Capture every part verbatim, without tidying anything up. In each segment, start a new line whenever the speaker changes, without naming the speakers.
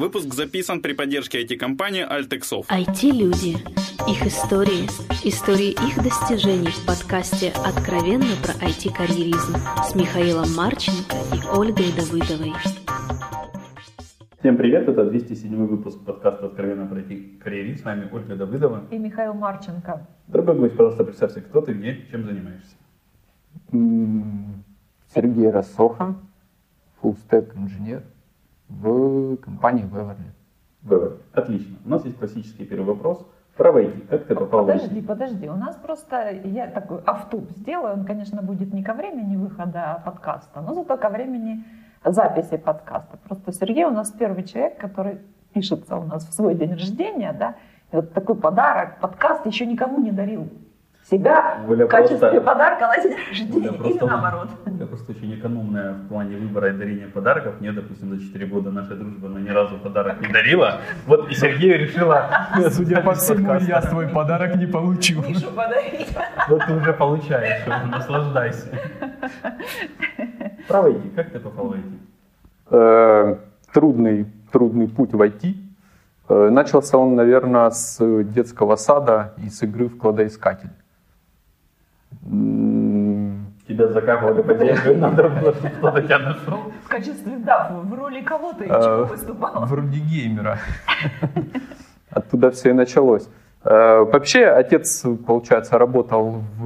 Выпуск записан при поддержке ай ти-компании Altexov.
ай ти-люди. Их истории. Истории их достижений в подкасте «Откровенно про ай ти-карьеризм» с Михаилом Марченко и Ольгой Давыдовой.
Всем привет, это двести седьмой выпуск подкаста «Откровенно про ай ти-карьеризм». С вами Ольга Давыдова
и Михаил Марченко.
Дорогой гость, пожалуйста, представься, кто ты, где, чем занимаешься.
Сергей Рассоха, фуллстек инженер в компании Веверли.
Веверли. Отлично. У нас есть классический первый вопрос про ай ти. Как ты попал в ай ти?
Подожди, подожди. У нас просто, я такой автоп сделаю, он, конечно, будет не ко времени выхода подкаста, но зато ко времени записи подкаста. Просто Сергей у нас первый человек, который пишется у нас в свой день рождения, да, и вот такой подарок, подкаст еще никому не дарил. Себя
Оля
в качестве
просто,
подарка на день рождения
Оля
или
просто,
наоборот.
Я просто очень экономная в плане выбора и дарения подарков. Мне, допустим, за четыре года нашей дружбы она ни разу подарок не дарила. Вот и Сергею решила...
Судя по всему, я свой подарок не получу.
Мишу подарить.
Вот ты уже получаешь, наслаждайся. Про ай ти. Как ты попал в ай ти?
Трудный, трудный путь в ай ти. Начался он, наверное, с детского сада и с игры в кладоискатель.
Тебя закапывали по дереву, надо было, чтобы кто-то тебя нашел?
В качестве, да, в роли кого ты и чего выступал?
Вроде геймера. Оттуда все и началось. Вообще, отец, получается, работал в,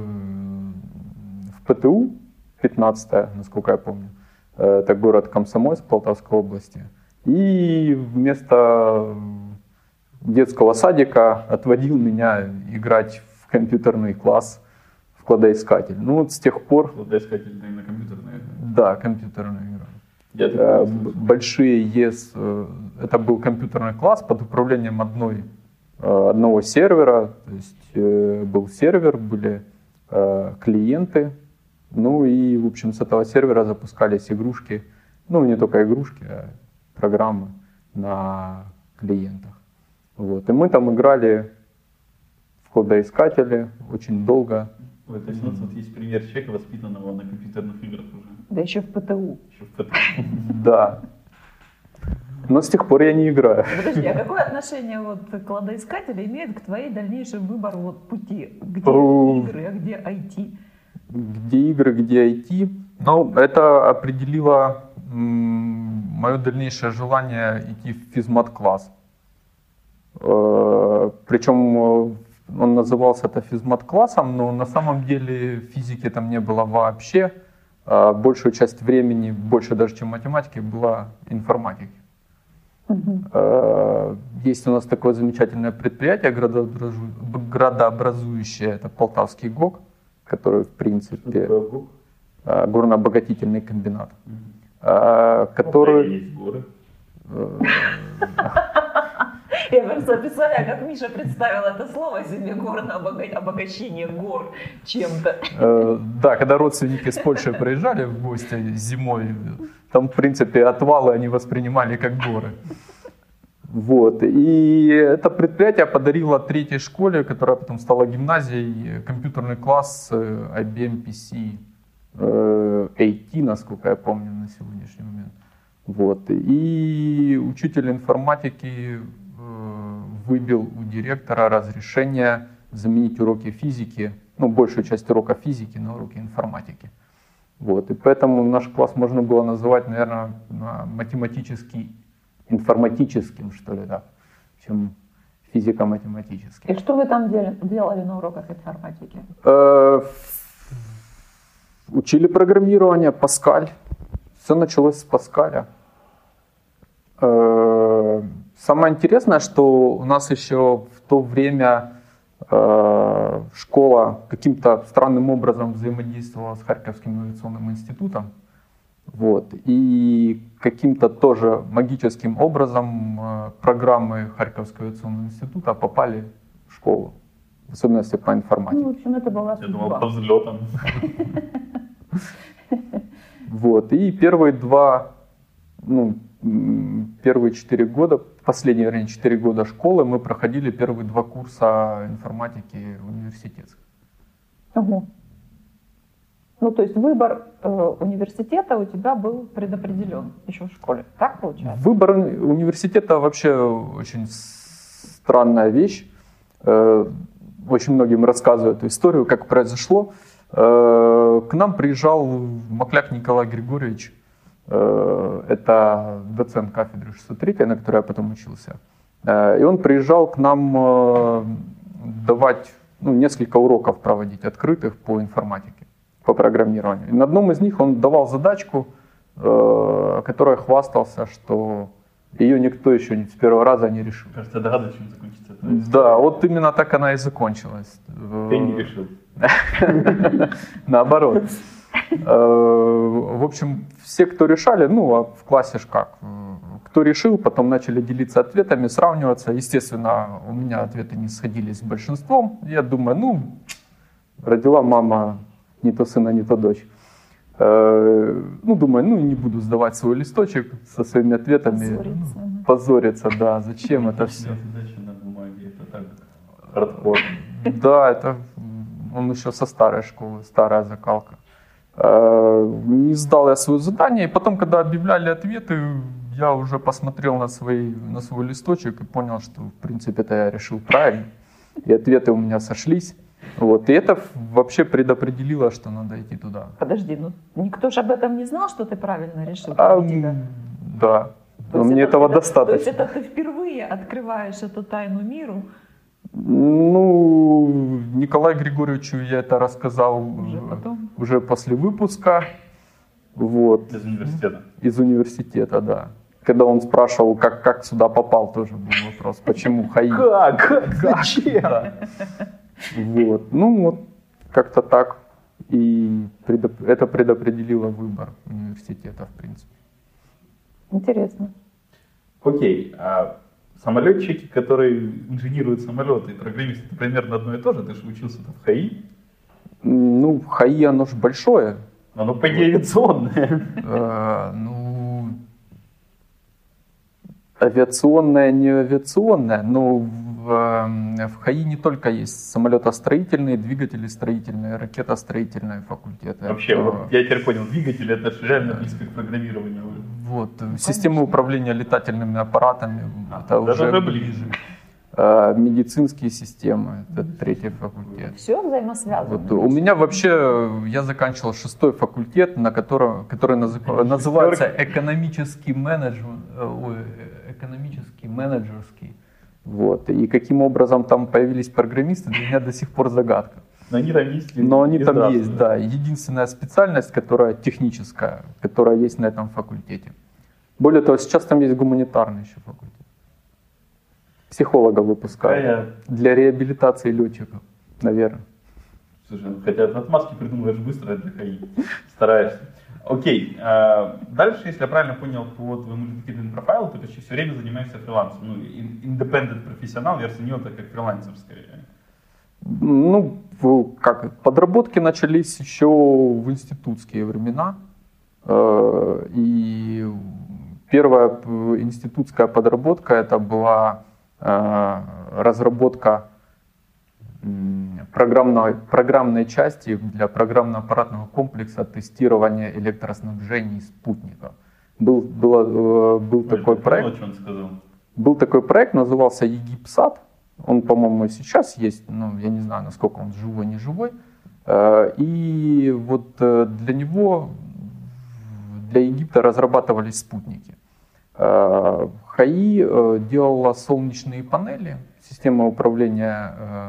в ПТУ, пятнадцатая, насколько я помню. Это город Комсомольск Полтавской области. И вместо детского садика отводил меня играть в компьютерный класс, в кладоискатель. Ну вот с тех пор...
Кладоискатель это именно компьютерная игра?
Да, компьютерная игра.
Я
э, большие ЕС, э, это был компьютерный класс под управлением одной, э, одного сервера. То есть э, был сервер, были э, клиенты. Ну и, в общем, с этого сервера запускались игрушки. Ну, не только игрушки, а программы на клиентах. Вот. И мы там играли в кладоискатели очень долго.
Ой, то есть у нас вот есть пример человека, воспитанного на компьютерных играх уже.
Да еще в ПТУ.
Еще в ПТУ.
Да. Но с тех пор я не играю.
Подожди, а какое отношение вот кладоискатели имеют к твоей дальнейшему выбору вот пути? Где
Про...
игры, а где ай ти?
Где игры, где ай ти? Ну, это определило м- мое дальнейшее желание идти в физмат-класс. Э- причем он назывался это физмат-классом, но на самом деле физики там не было вообще. А большую часть времени, больше даже чем математики, была информатики.
Угу.
Э- есть у нас такое замечательное предприятие градообразу- градообразующее, это Полтавский ГОК, который, в принципе, горно-обогатительный комбинат,
mm-hmm.
который...
Есть горы.
Я просто представляю, как Миша представил это слово себе, горно-обогащение гор чем-то.
Да, когда родственники с Польши приезжали в гости зимой, там, в принципе, отвалы они воспринимали как горы. Вот. И это предприятие подарило третьей школе, которая потом стала гимназией, компьютерный класс ай би эм пи си эй ти, насколько я помню на сегодняшний момент. Вот. И учитель информатики выбил у директора разрешение заменить уроки физики, ну, большую часть урока физики на уроки информатики. Вот. И поэтому наш класс можно было называть, наверное, математический, информатическим, что ли, да, чем физико-математическим.
И что вы там делали на уроках информатики?
Э, учили программирование, Паскаль. Все началось с Паскаля. Э, самое интересное, что у нас еще в то время э, школа каким-то странным образом взаимодействовала с Харьковским авиационным институтом. Вот. И каким-то тоже магическим образом э, программы Харьковского авиационного института попали в школу, в особенности по информатике.
Ну, в общем, это была судьба.
Я думал, по взлетам.
Вот. И первые два, ну, первые четыре года, последние, вернее, четыре года школы мы проходили первые два курса информатики университетской.
Угу. Ну, то есть выбор э, университета у тебя был предопределен еще в школе. Так получается?
Выбор университета вообще очень странная вещь. Э, очень многим рассказываю эту историю, как произошло. Э, к нам приезжал Макляк Николай Григорьевич. Э, это доцент кафедры шестьсот третьей, на которой я потом учился. Э, и он приезжал к нам э, давать ну, несколько уроков проводить открытых по информатике, по программированию. И на одном из них он давал задачку, э, которой хвастался, что ее никто еще с первого раза не решил.
Кажется, догадываюсь, чем закончится.
Да, вот именно так она и закончилась.
Ты не решил.
Наоборот. В общем, все, кто решали, ну, а в классе ж как, кто решил, потом начали делиться ответами, сравниваться. Естественно, у меня ответы не сходились с большинством. Я думаю, ну, родила мама не то сына, не то дочь. Ну, думаю, ну, не буду сдавать свой листочек со своими ответами.
Позориться.
Ну, позориться, да, зачем это все?
Задача на бумаге, это так хардкор.
Да, это он еще со старой школы, старая закалка. Не сдал я свое задание, и потом, когда объявляли ответы, я уже посмотрел на, свои, на свой листочек и понял, что, в принципе, это я решил правильно, и ответы у меня сошлись. Вот. И это вообще предопределило, что надо идти туда.
Подожди, ну никто же об этом не знал, что ты правильно решил?
А,
тебя?
Да,
То
но мне
это,
этого
это,
достаточно.
То есть это ты впервые открываешь эту тайну миру?
Ну, Николаю Григорьевичу я это рассказал
Уже потом?
Уже после выпуска. Вот.
Из университета.
Из университета, да. Когда он спрашивал, как, как сюда попал, тоже был вопрос. Почему ХАИ?
Как? Зачем?
Да. Вот. Ну вот, как-то так. И предоп... это предопределило выбор университета, в принципе.
Интересно.
Окей, а самолетчики, которые инженируют самолеты, и программисты, это примерно одно и то же? Ты же учился-то в ХАИ?
Ну, ХАИ, оно же большое.
Оно по идее авиационное.
Э, ну, авиационное, не авиационное, но в, в ХАИ не только есть самолетостроительные, двигатели строительные, ракетостроительные факультеты.
Вообще,
Это,
вот я теперь понял, двигатель это же реально близко к программированию.
Вот, система управления летательными аппаратами,
А,
это уже
уже
ближе.
ближе.
Э, медицинские системы, это третий факультет.
Все взаимосвязано.
Вот, у меня вообще, я заканчивал шестой факультет, на котором, который назыв- называется экономический менеджмент, ой, экономический менеджерский. Вот. И каким образом там появились программисты, для меня до сих пор загадка.
Но они там есть.
Но они там есть, да. Единственная специальность, которая техническая, которая есть на этом факультете. Более того, сейчас там есть гуманитарный еще факультет. Психолога выпускают.
Какая...
Для реабилитации летчиков, наверное.
Слушай, ну, хотя отмазки придумываешь быстро для ХАИ. Стараешься. Окей. А дальше, если я правильно понял по твоему LinkedIn профайлу, ты почти все время занимаешься фрилансом. Ну, independent профессионал, я расценил это как фрилансер скорее.
Ну, как, подработки начались еще в институтские времена. И первая институтская подработка это была разработка программной, программной части для программно-аппаратного комплекса тестирования электроснабжения спутника. Был, было, был
Ой,
такой
ты
проект.
понял, что он сказал?
Был такой проект, назывался Египсат. Он, по-моему, и сейчас есть, но я не знаю, насколько он живой, не живой. И вот для него, для Египта разрабатывались спутники. ХАИ делала солнечные панели, система управления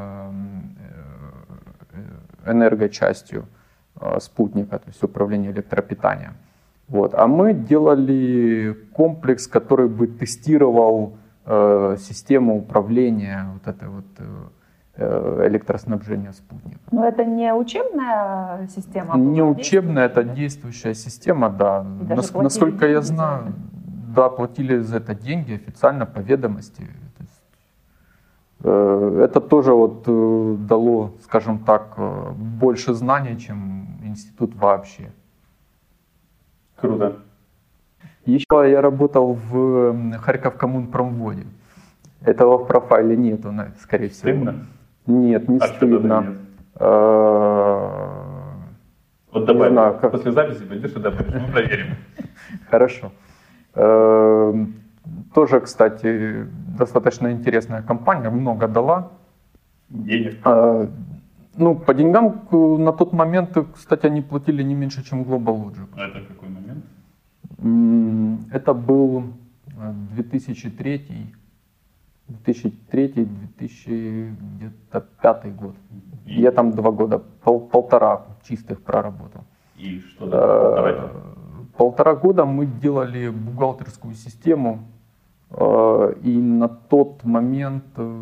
энергочастью спутника, то есть управление электропитанием. Вот. А мы делали комплекс, который бы тестировал э, систему управления вот этой вот э, электроснабжения спутника.
Но это не учебная система?
Не учебная, это действующая система, да. Нас, насколько я знаю, да, платили за это деньги официально по ведомости. То есть, э, это тоже вот э, дало, скажем так, э, больше знаний, чем институт вообще.
Круто.
Еще я работал в Харьков-Коммунпромводе. Этого в профайле нету, скорее всего.
Стыдно?
Нет, не
а
стыдно.
Нет? Вот добавь,
знаю, как...
после записи пойдешь и добавишь, мы проверим.
Хорошо. Тоже, кстати, достаточно интересная компания, много дала.
Денег.
Ну, по деньгам на тот момент, кстати, они платили не меньше, чем Global Logic.
А это какой момент?
Это был две тысячи третий, две тысячи третий, две тысячи пятый год.
И...
Я там два года, пол, полтора чистых проработал.
И что за полтора года?
Полтора года мы делали бухгалтерскую систему, и на тот момент,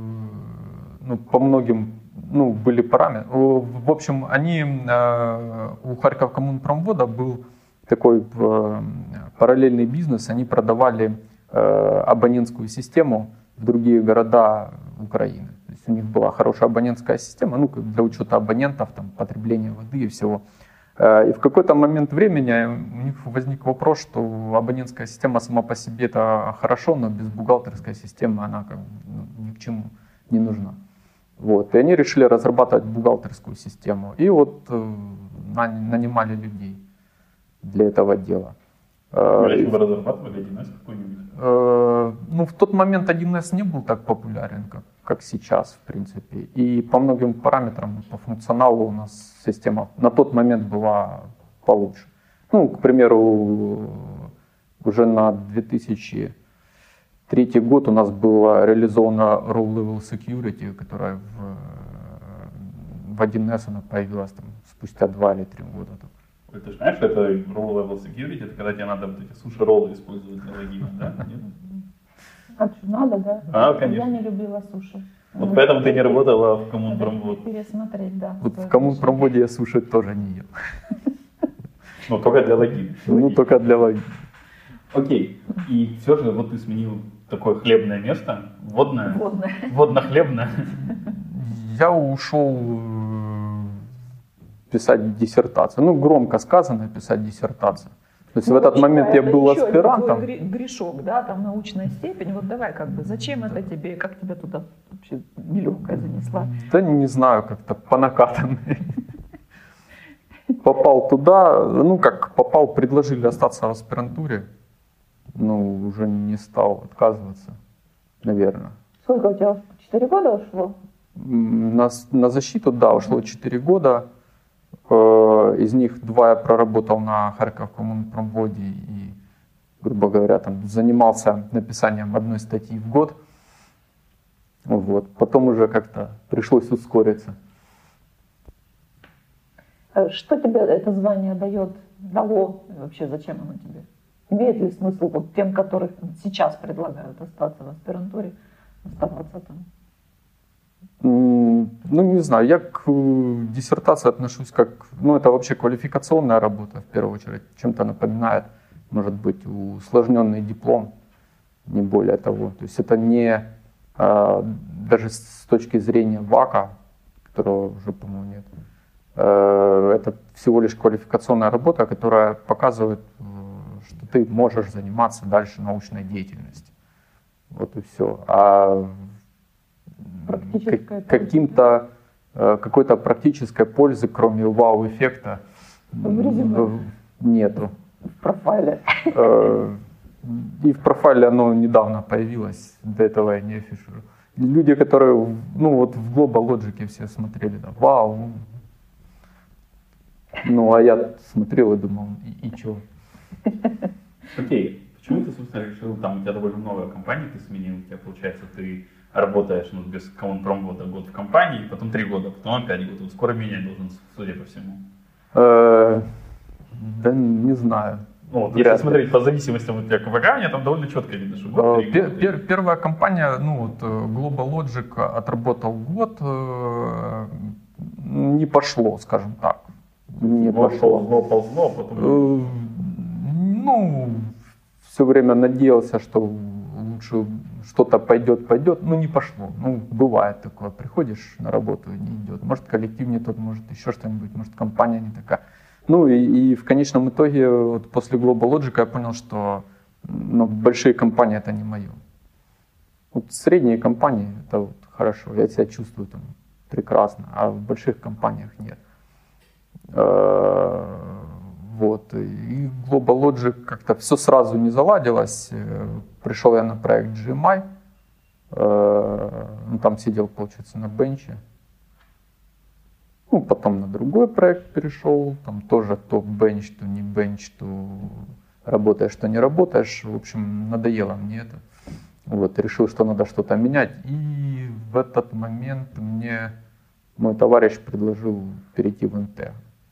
ну, по многим, ну, были параметры. В общем, они, у Харьков-Коммунпромвода был такой параллельный бизнес, они продавали абонентскую систему в другие города Украины. То есть у них была хорошая абонентская система, ну, для учета абонентов, там, потребления воды и всего. И в какой-то момент времени у них возник вопрос, что абонентская система сама по себе это хорошо, но без бухгалтерской системы она как бы, ну, ни к чему не нужна. Вот. И они решили разрабатывать бухгалтерскую систему. И вот нанимали людей для этого дела.
А если вы разрабатывали один эс какой-нибудь?
Ну, в тот момент один эс не был так популярен, как, как сейчас, в принципе. И по многим параметрам, по функционалу у нас система на тот момент была получше. Ну, к примеру, уже на две тысячи третий год у нас была реализована Row Level Security, которая в, в один эс она появилась там, спустя два или три года.
Ты же знаешь, что это Row Level Security, это когда тебе надо вот эти суши-роллы использовать для логина, да?
А что, надо, да?
А, конечно.
Я не любила суши.
Вот ну, поэтому ты не работала в Коммунпромводе.
Пересмотреть, да.
Вот в Коммунпромводе я суши тоже не ел.
Ну, только для логина.
Ну, только для логина.
Окей. И все же вот ты сменил такое хлебное место, водное,
водное.
водно-хлебное.
Я ушел писать диссертацию. Ну, громко сказано, писать диссертацию. То есть ну, в этот момент я был аспирантом.
Твой грешок, да, там научная степень. Вот давай как бы, зачем это тебе, как тебя туда вообще нелегкая занесла?
Да не знаю, как-то по накатанной. Попал туда, ну как попал, предложили остаться в аспирантуре. Ну, уже не стал отказываться, наверное.
Сколько у тебя? Четыре года ушло?
На, на защиту, да, ушло четыре года. Из них два я проработал на Харьков-Коммунпромводе и, грубо говоря, там занимался написанием одной статьи в год. Вот. Потом уже как-то пришлось ускориться.
Что тебе это звание дает, дало, и вообще зачем оно тебе? Имеет ли смысл вот тем, которых сейчас предлагают остаться в аспирантуре, оставаться там?
Ну, не знаю, я к диссертации отношусь как, ну, это вообще квалификационная работа, в первую очередь, чем-то напоминает, может быть, усложненный диплом, не более того. То есть это не, а, даже с точки зрения ВАКа, которого уже, по-моему, нет, а, это всего лишь квалификационная работа, которая показывает, что ты можешь заниматься дальше научной деятельностью. Вот и все. А каким-то, какой-то практической пользы, кроме вау-эффекта, нету.
В профайле.
И в профайле оно недавно появилось, до этого я не афиширую. Люди, которые, ну вот в Global Logic все смотрели, да, вау. Ну, а я смотрел и думал, и, и чё?
Окей, почему ты, собственно, решил, там у тебя довольно много компаний ты сменил, у тебя, получается, ты работаешь, ну, без Коммунпромвода год в компании, потом три года, потом опять год, вот скоро менять должен, судя по всему.
Да не знаю.
Ну, вот, если смотреть по зависимостям вот, как ВК, мне там довольно четко видно, что год, три
пер,
года.
Пер, первая компания, ну вот Global Logic отработал год, не пошло, скажем так. Не
вот
пошло.
Ползло, ползло, потом...
Ну, все время надеялся, что лучше что-то пойдет, пойдет, но не пошло. Ну, бывает такое, приходишь на работу, не идет. Может, коллектив не тот, может, еще что-нибудь, может, компания не такая. Ну, и, и в конечном итоге, вот после Global Logic я понял, что ну, большие компании это не мое. Вот средние компании это вот хорошо, я себя чувствую там прекрасно, а в больших компаниях нет. Вот. И GlobalLogic как-то все сразу не заладилось. Пришел я на проект джи эм ай. Ну, там сидел, получается, на бенче. Ну, потом на другой проект перешел. Там тоже то бенч, то не бенч, то работаешь, то не работаешь. В общем, надоело мне это. Вот, решил, что надо что-то менять. И в этот момент мне мой товарищ предложил перейти в эн тэ,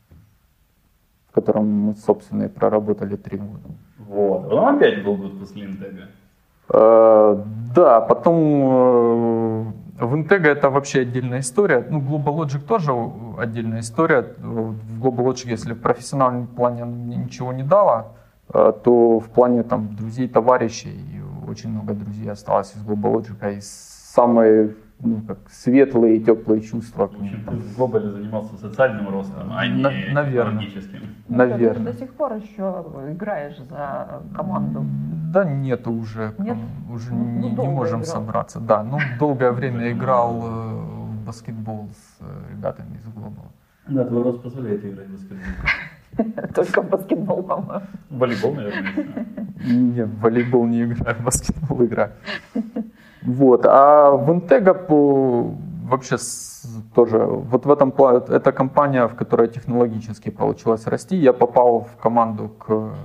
в котором мы, собственно, и проработали три года.
Вот. А потом опять был год после Интега.
Э, да, потом э, в Интега это вообще отдельная история. Ну, GlobalLogic тоже отдельная история. В GlobalLogic, если в профессиональном плане мне ничего не дало, э, то в плане там друзей, товарищей, очень много друзей осталось из GlobalLogic, и самые, ну, как светлые и теплые чувства.
В общем, ты в Глобале занимался социальным ростом, а
На,
не
наверное.
технологическим.
Ну,
Наверное.
ты до сих пор еще играешь за команду.
Да нет, уже,
Нет?
уже
Ну,
не, не
долго
можем
играл.
собраться. Да, ну долгое время играл э, в баскетбол с э, ребятами из Global.
Да, твой рост позволяет играть в баскетбол.
Только в баскетбол, по-моему.
Волейбол, наверное.
Нет, в волейбол не играю, в баскетбол играю. Вот, а в Интега по, вообще с, тоже, вот в этом плане, это компания, в которой технологически получилось расти. Я попал в команду к э,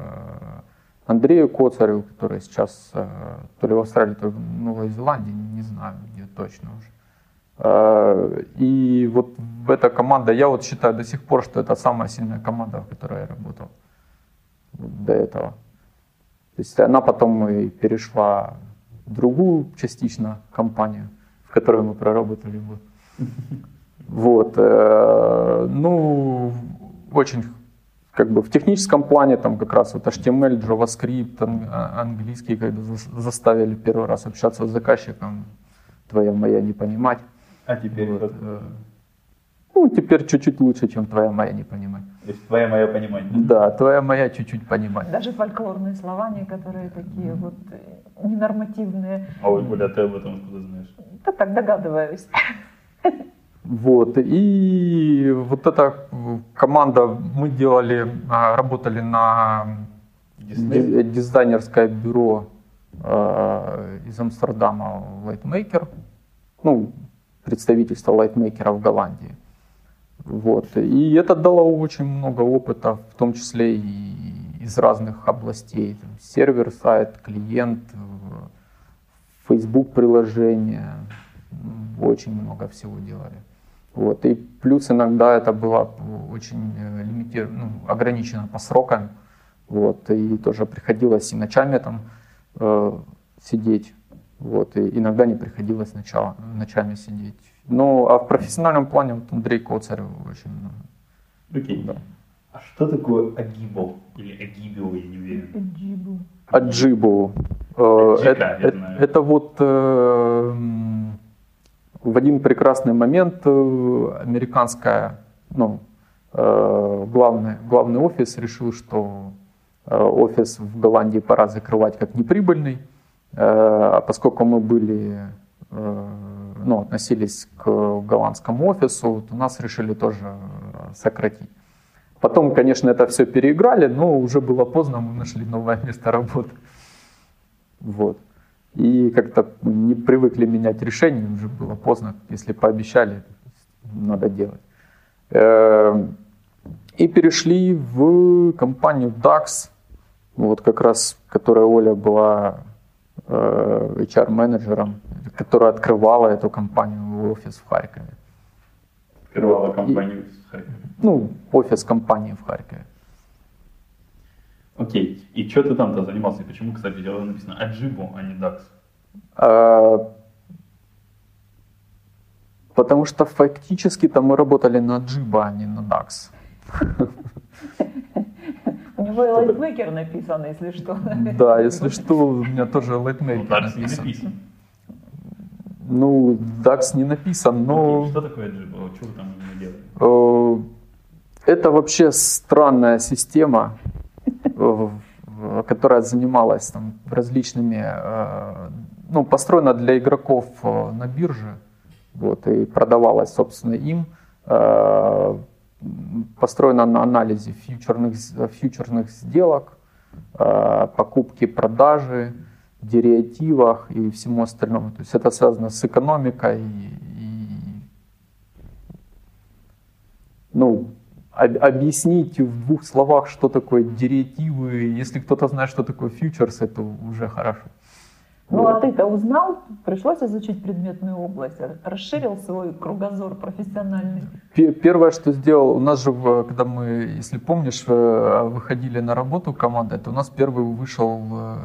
Андрею Коцареву, который сейчас э, то ли в Австралии, то ли в Новой Зеландии, не знаю, где точно уже. Э, и вот в эта команда, я вот считаю до сих пор, что это самая сильная команда, в которой я работал вот до этого. То есть она потом и перешла в другую частично компанию, в которой мы проработали год. Вот. Э, ну, очень как бы в техническом плане там как раз вот эйч ти эм эль, JavaScript, английский, когда заставили первый раз общаться с заказчиком, твоя моя не понимать.
А теперь
Вот.
вот.
Ну, теперь чуть-чуть лучше, чем твоя моя не понимать.
То есть твоя моя понимание.
Да, твоя моя чуть-чуть понимать.
Даже фольклорные слова некоторые такие вот э, ненормативные.
А ой, Оля, ты об этом откуда знаешь?
Да так догадываюсь.
Вот, и вот эта команда, мы делали, а, работали на
Дисней?
ди- дизайнерское бюро э, из Амстердама Lightmaker, ну, представительство Lightmaker в Голландии. Вот, и это дало очень много опыта, в том числе и из разных областей, там, сервер, сайт, клиент, Facebook приложение, очень много всего делали. Вот. И плюс иногда это было очень лимитировано, ну, ограничено по срокам. Вот. И тоже приходилось и ночами там э, сидеть. Вот. И иногда не приходилось ноча, ночами сидеть. Ну, а в профессиональном плане вот Андрей Коцарев очень много.
Окей.
Да.
А что такое Агибо? Или Агибио, я не уверен.
Джибу.
Аджибу. Э,
Аджика,
это,
я
это,
знаю.
это вот э, м, в один прекрасный момент э, американская, ну, э, главный, главный офис решил, что э, офис в Голландии пора закрывать как неприбыльный, э, а поскольку мы были, э, ну, относились к голландскому офису, то нас решили тоже э, сократить. Потом, конечно, это все переиграли, но уже было поздно, мы нашли новое место работы. Вот. И как-то не привыкли менять решения, уже было поздно, если пообещали, надо делать. И перешли в компанию дакс, вот как раз, которая Оля была эйч ар-менеджером, которая открывала эту компанию, офис в Харькове.
Открывала компанию в Харькове.
Ну, офис компании в Харькове.
Окей. И что ты там-то занимался? И почему, кстати, дело написано Аджибо, а не дакс?
А, потому что фактически-то мы работали на Джиба, а не на дакс.
У него и лайтмейкер написан, если что.
Да, если что, у меня тоже
Ну,
лайтмейкер
дакс не
написан.
написан.
Ну, дакс не написан, но
Окей, что такое Аджибо? Что вы там именно делали?
э, это вообще странная система, э, в- которая занималась там различными, э, ну, построена для игроков э, на бирже, вот, и продавалась, собственно, им. Э, построена на анализе фьючерных, фьючерных сделок, покупки, продажи, деривативах и всему остальному. То есть это связано с экономикой и, ну, объяснить в двух словах, что такое деривативы. Если кто-то знает, что такое фьючерс, это уже хорошо.
Ну а ты-то узнал, пришлось изучить предметную область, расширил свой кругозор профессиональный?
Первое, что сделал, у нас же, когда мы, если помнишь, выходили на работу командой, то у нас первый вышел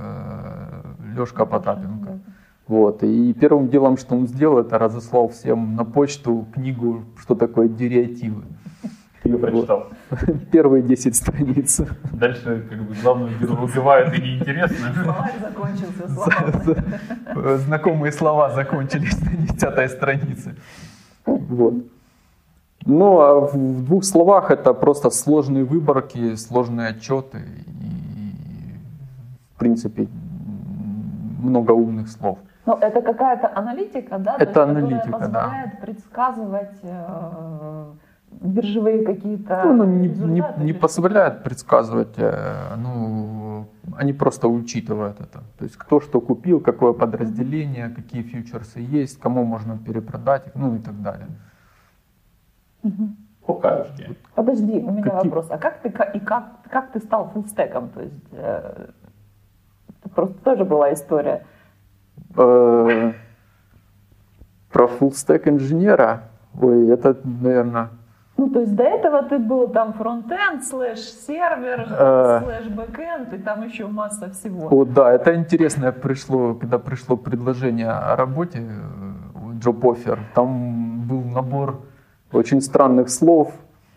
Лёшка Потапенко. Да. Вот. И первым делом, что он сделал, это разослал всем на почту книгу, что такое деривативы.
Ее прочитал.
Первые десять страниц.
Дальше как бы главную герою убивают и неинтересно.
Словарь закончился, слова.
Знакомые слова закончились на десятой странице. Вот. Ну, а в двух словах это просто сложные выборки, сложные отчеты и, в принципе, много умных слов.
Но это какая-то аналитика, да?
Это
то есть,
аналитика,
которая позволяет
да.
предсказывать э, биржевые какие-то
ну, не,
результаты?
Не, не позволяет предсказывать, ну, они просто учитывают это. То есть кто что купил, какое подразделение, mm-hmm. какие фьючерсы есть, кому можно перепродать, ну и так далее.
Mm-hmm.
Покажите.
Подожди, у меня
какие...
вопрос. А как ты, и как, как ты стал фуллстеком? То есть э, это просто тоже была история.
Э, про фуллстек инженера? Ой, это, наверное...
Ну, то есть до этого ты был там фронтенд, слэш сервер, слэш бэкенд, и там еще масса всего.
О, да, это интересно пришло, когда пришло предложение о работе, job offer, там был набор очень странных слов,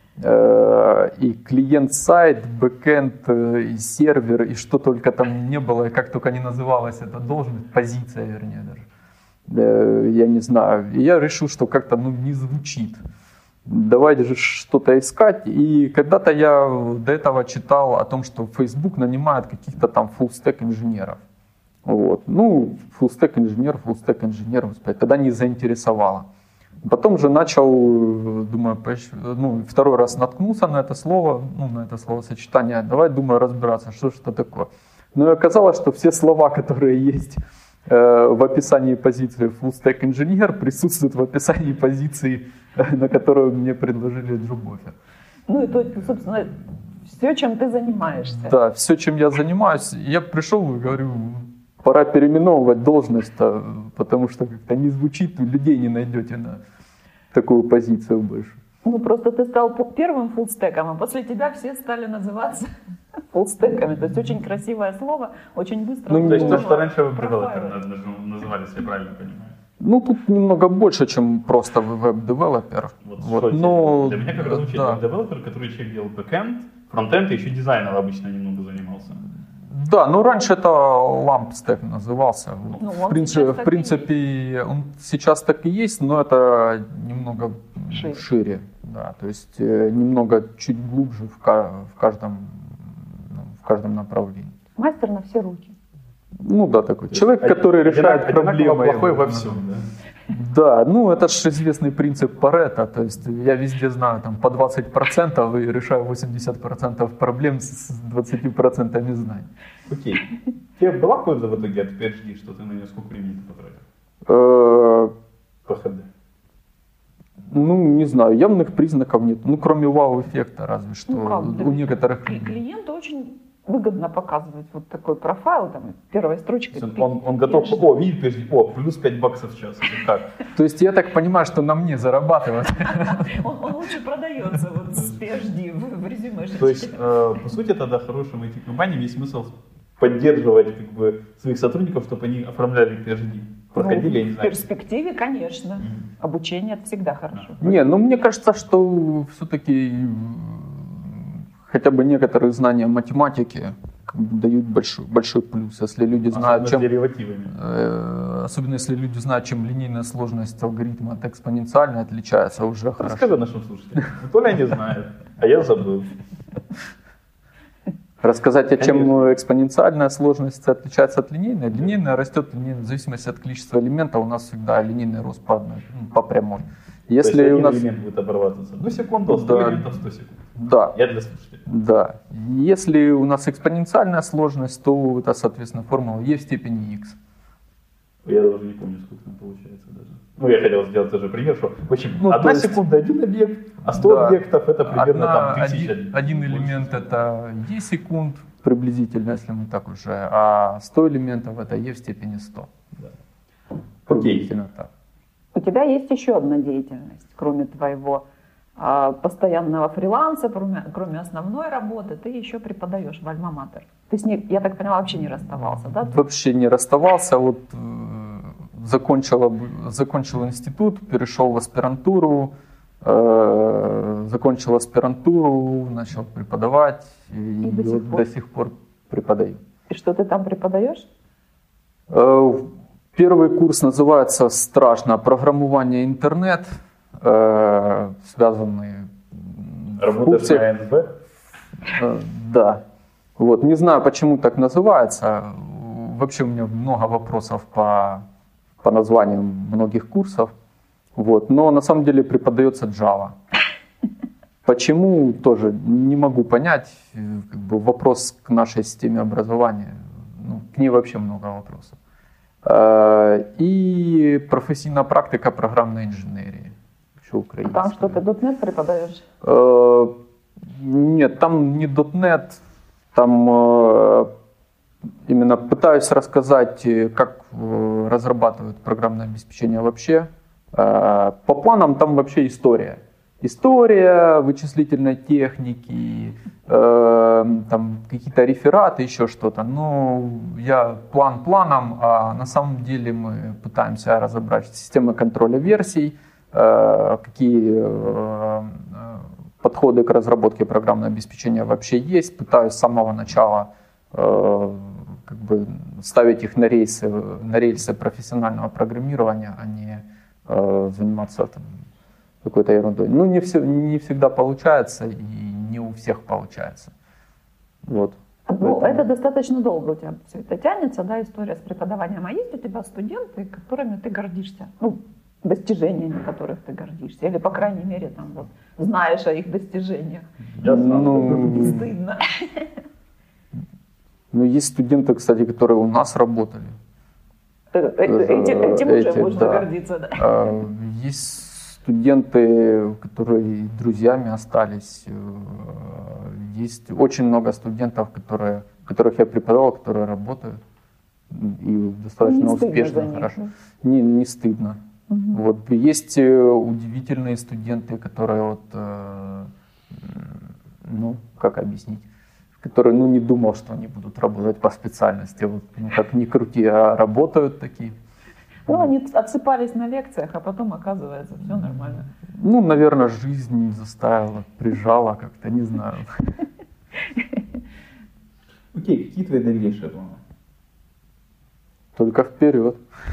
э, и клиент-сайт, бэкенд, и сервер, и что только там не было, и как только не называлась эта должность, позиция, вернее, даже. Э, я не знаю. И я решил, что как-то ну, не звучит. Давайте же что-то искать. И когда-то я до этого читал о том, что Facebook нанимает каких-то там фуллстек инженеров. Вот. Ну, фуллстек инженер, фуллстек инженер, тогда не заинтересовало. Потом же начал, думаю, ну, второй раз наткнулся на это слово, ну, на это словосочетание. Давай, думаю, разбираться, что же это такое. Но и оказалось, что все слова, которые есть э, в описании позиции фуллстек инженер, присутствуют в описании позиции, на которую мне предложили job offer.
Ну и то, собственно, все, чем ты занимаешься.
Да, все, чем я занимаюсь. Я пришел и говорю, пора переименовывать должность, потому что как-то не звучит, людей не найдете на такую позицию больше.
Ну просто ты стал первым фуллстеком, а после тебя все стали называться фуллстеками. То есть очень красивое слово, очень быстро.
Ну, то есть то, что раньше веб-девелопер назывались, я правильно понимаю?
Ну, тут немного больше, чем просто веб-девелопер.
Вот,
вот, но...
Для меня как раз звучит да. веб-девелопер, который человек делал бэкэнд, фронтенд и еще дизайном обычно немного занимался.
Да, ну раньше это лампстек назывался.
Ну,
в принципе, в принципе он сейчас так и есть, но это немного шире. шире да, то есть немного чуть глубже в, в, каждом, в каждом направлении.
Мастер на все руки.
Ну да, такой человек, который решает проблемы.
Плохой во всем, да?
Да, ну это же известный принцип Парето, то есть я везде знаю там по двадцать процентов и решаю восемьдесят процентов проблем с двадцатью процентами знаний.
Окей. Тебе была польза в итоге от пи эйч ди, что ты на нее сколько времени потратил? По эйч ди.
Ну, не знаю, явных признаков нет. Ну, кроме вау-эффекта, разве что.
Ну, как,
у некоторых...
Клиенту очень выгодно показывать вот такой профайл, там, первой строчкой.
Он, он, он готов, о, видит, пи эйч ди, о, плюс пять баксов в час. Как?
То есть я так понимаю, что на мне зарабатывать.
Он, он лучше продается вот с пи эйч ди в, в резюмешечке.
То есть, э, по сути, тогда хорошим ай ти-компаниям есть смысл поддерживать как бы, своих сотрудников, чтобы они оформляли пи эйч ди. Проходили,
ну,
я не знаю.
В перспективе, конечно. Mm-hmm. Обучение это всегда хорошо.
Не, ну мне кажется, что все-таки хотя бы некоторые знания математики дают большой, большой плюс, если люди знают,
особенно
чем,
с деривативами.
Э, особенно если люди знают, чем линейная сложность алгоритма от экспоненциальной отличается, уже хорошо.
Расскажи нашим слушателям. Толя не знает, а я забыл.
Рассказать, о чем экспоненциальная сложность отличается от линейной. Линейная растет линейная, в зависимости от количества элементов. У нас всегда линейный рост по, одной, по прямой. Если
То есть один
у нас...
элемент будет обрабатываться одну секунду, а сто
Да.
элементов сто секунд.
Да,
Я для слушателей.
да. Если у нас экспоненциальная сложность, то это, соответственно, формула e в степени x.
Я даже не помню, сколько там получается даже. Ну, я хотел сделать тоже пример, что в общем,
Ну,
одна
то есть-
секунда один объект, а сто
Да.
объектов это примерно
Одна-
там тысяча.
один, один элемент это e секунд приблизительно, если мы так уже, а сто элементов это e в степени сто.
Окей.
Приблизительно так.
У тебя есть еще одна деятельность, кроме твоего а, постоянного фриланса, кроме, кроме основной работы, ты еще преподаешь в Альма-Матер. Ты с ней, я так поняла, вообще не расставался, да? Ты-
Вообще не расставался, вот э, закончил, об- закончил институт, перешел в аспирантуру, э, закончил аспирантуру, начал преподавать и,
И до сих
вот
пор?
до сих пор преподаю.
И что ты там преподаешь?
Э, Первый курс называется страшно «Программирование интернет», э, связанный в
Работаешь
курсе.
на эн эс бэ?
Э, Да. Вот. Не знаю, почему так называется. Вообще у меня много вопросов по, по названиям многих курсов. Вот. Но на самом деле преподается Java. Почему, тоже не могу понять. Э, Как бы вопрос к нашей системе образования. Ну, к ней вообще много вопросов. Э, И профессийная практика программной инженерии. Еще украинская.
Там что, ты .дот нет преподаешь?
Э, Нет, там не .дот нет, там э, именно пытаюсь рассказать, э, как э, разрабатывают программное обеспечение вообще. Э, По планам там вообще история. История вычислительной техники, э, там какие-то рефераты, еще что-то. Но я план планом, а на самом деле мы пытаемся разобрать системы контроля версий, э, какие э, подходы к разработке программного обеспечения вообще есть. Пытаюсь с самого начала э, как бы ставить их на рельсы, на рельсы профессионального программирования, а не э, заниматься там, какой-то ерундой. Ну, не, все, не всегда получается и не у всех получается. Вот.
Ну,
Поэтому-
это достаточно долго у тебя все это тянется, да, история с преподаванием. А есть у тебя студенты, которыми ты гордишься? Ну, достижениями которых ты гордишься? Или, по крайней мере, там вот знаешь о их достижениях?
Я сам.
Ну,
Не стыдно.
ну, есть студенты, кстати, которые у нас работали.
Э- э- Этим, этим уже
Эти,
можно
да.
гордиться, да.
Э, Есть студенты, которые друзьями остались. Э, Есть очень много студентов, которые, которых я преподавал, которые работают и достаточно
Не стыдно
успешно,
за них,
хорошо.
да?
Не, не стыдно.
Мгм.
Вот. Есть э, удивительные студенты, которые вот, э, ну, как объяснить, которые, ну, не думал, что они будут работать по специальности. Вот, ну, как ни крути, а работают такие.
Ну, они отсыпались на лекциях, а потом, оказывается, все нормально.
Ну, наверное, жизнь заставила, прижала как-то, не знаю.
Окей, какие твои дальнейшие планы?
Только вперед.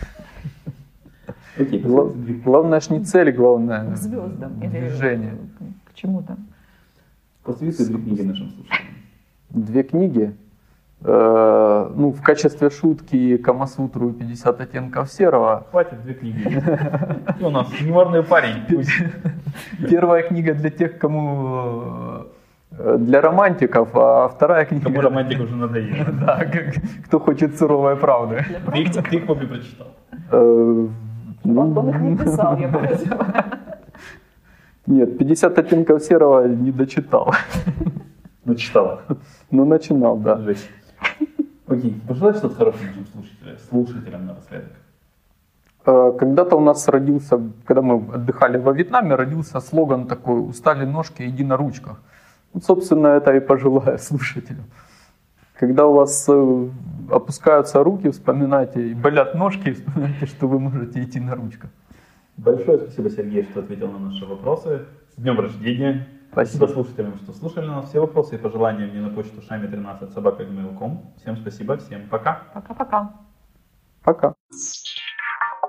Окей,
Гла-
посмотрите, две-
Главное ж не цель, главное
К звездам или
движение.
к чему-то.
посоветуй две книги нашим слушателям.
Две книги. Э, Ну, в качестве шутки Камасутру и пятьдесят оттенков серого.
Хватит две книги. Ты у нас юморный парень. Пусть.
Первая книга для тех, кому э, для романтиков, а вторая книга
Кому романтик уже надоело.
да, как, кто хочет суровой правды.
Ты их, ты их обе прочитал.
Э,
Он, он их не писал, я подозреваю.
Нет, пятьдесят оттенков серого не дочитал.
Ну, читала.
Но начинал, да.
Жесть. Окей, пожелай что-то хорошее нашим слушателям, слушателям напоследок.
Э, Когда-то у нас родился, когда мы отдыхали во Вьетнаме, родился слоган такой «Устали ножки, иди на ручках». Вот, собственно, это и пожелаю слушателям. Когда у вас э, опускаются руки, вспоминайте, и болят ножки, вспоминайте, что вы можете идти на ручках.
Большое спасибо, Сергей, что ответил на наши вопросы. С днем рождения.
Спасибо.
Спасибо слушателям, что слушали нас. Все вопросы и пожелания мне на почту шами тринадцать собака джимейл точка ком. Всем спасибо, всем пока.
Пока-пока.
Пока.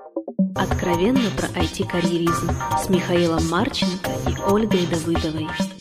Откровенно про ай ти-карьеризм с Михаилом Марченко и Ольгой Давыдовой.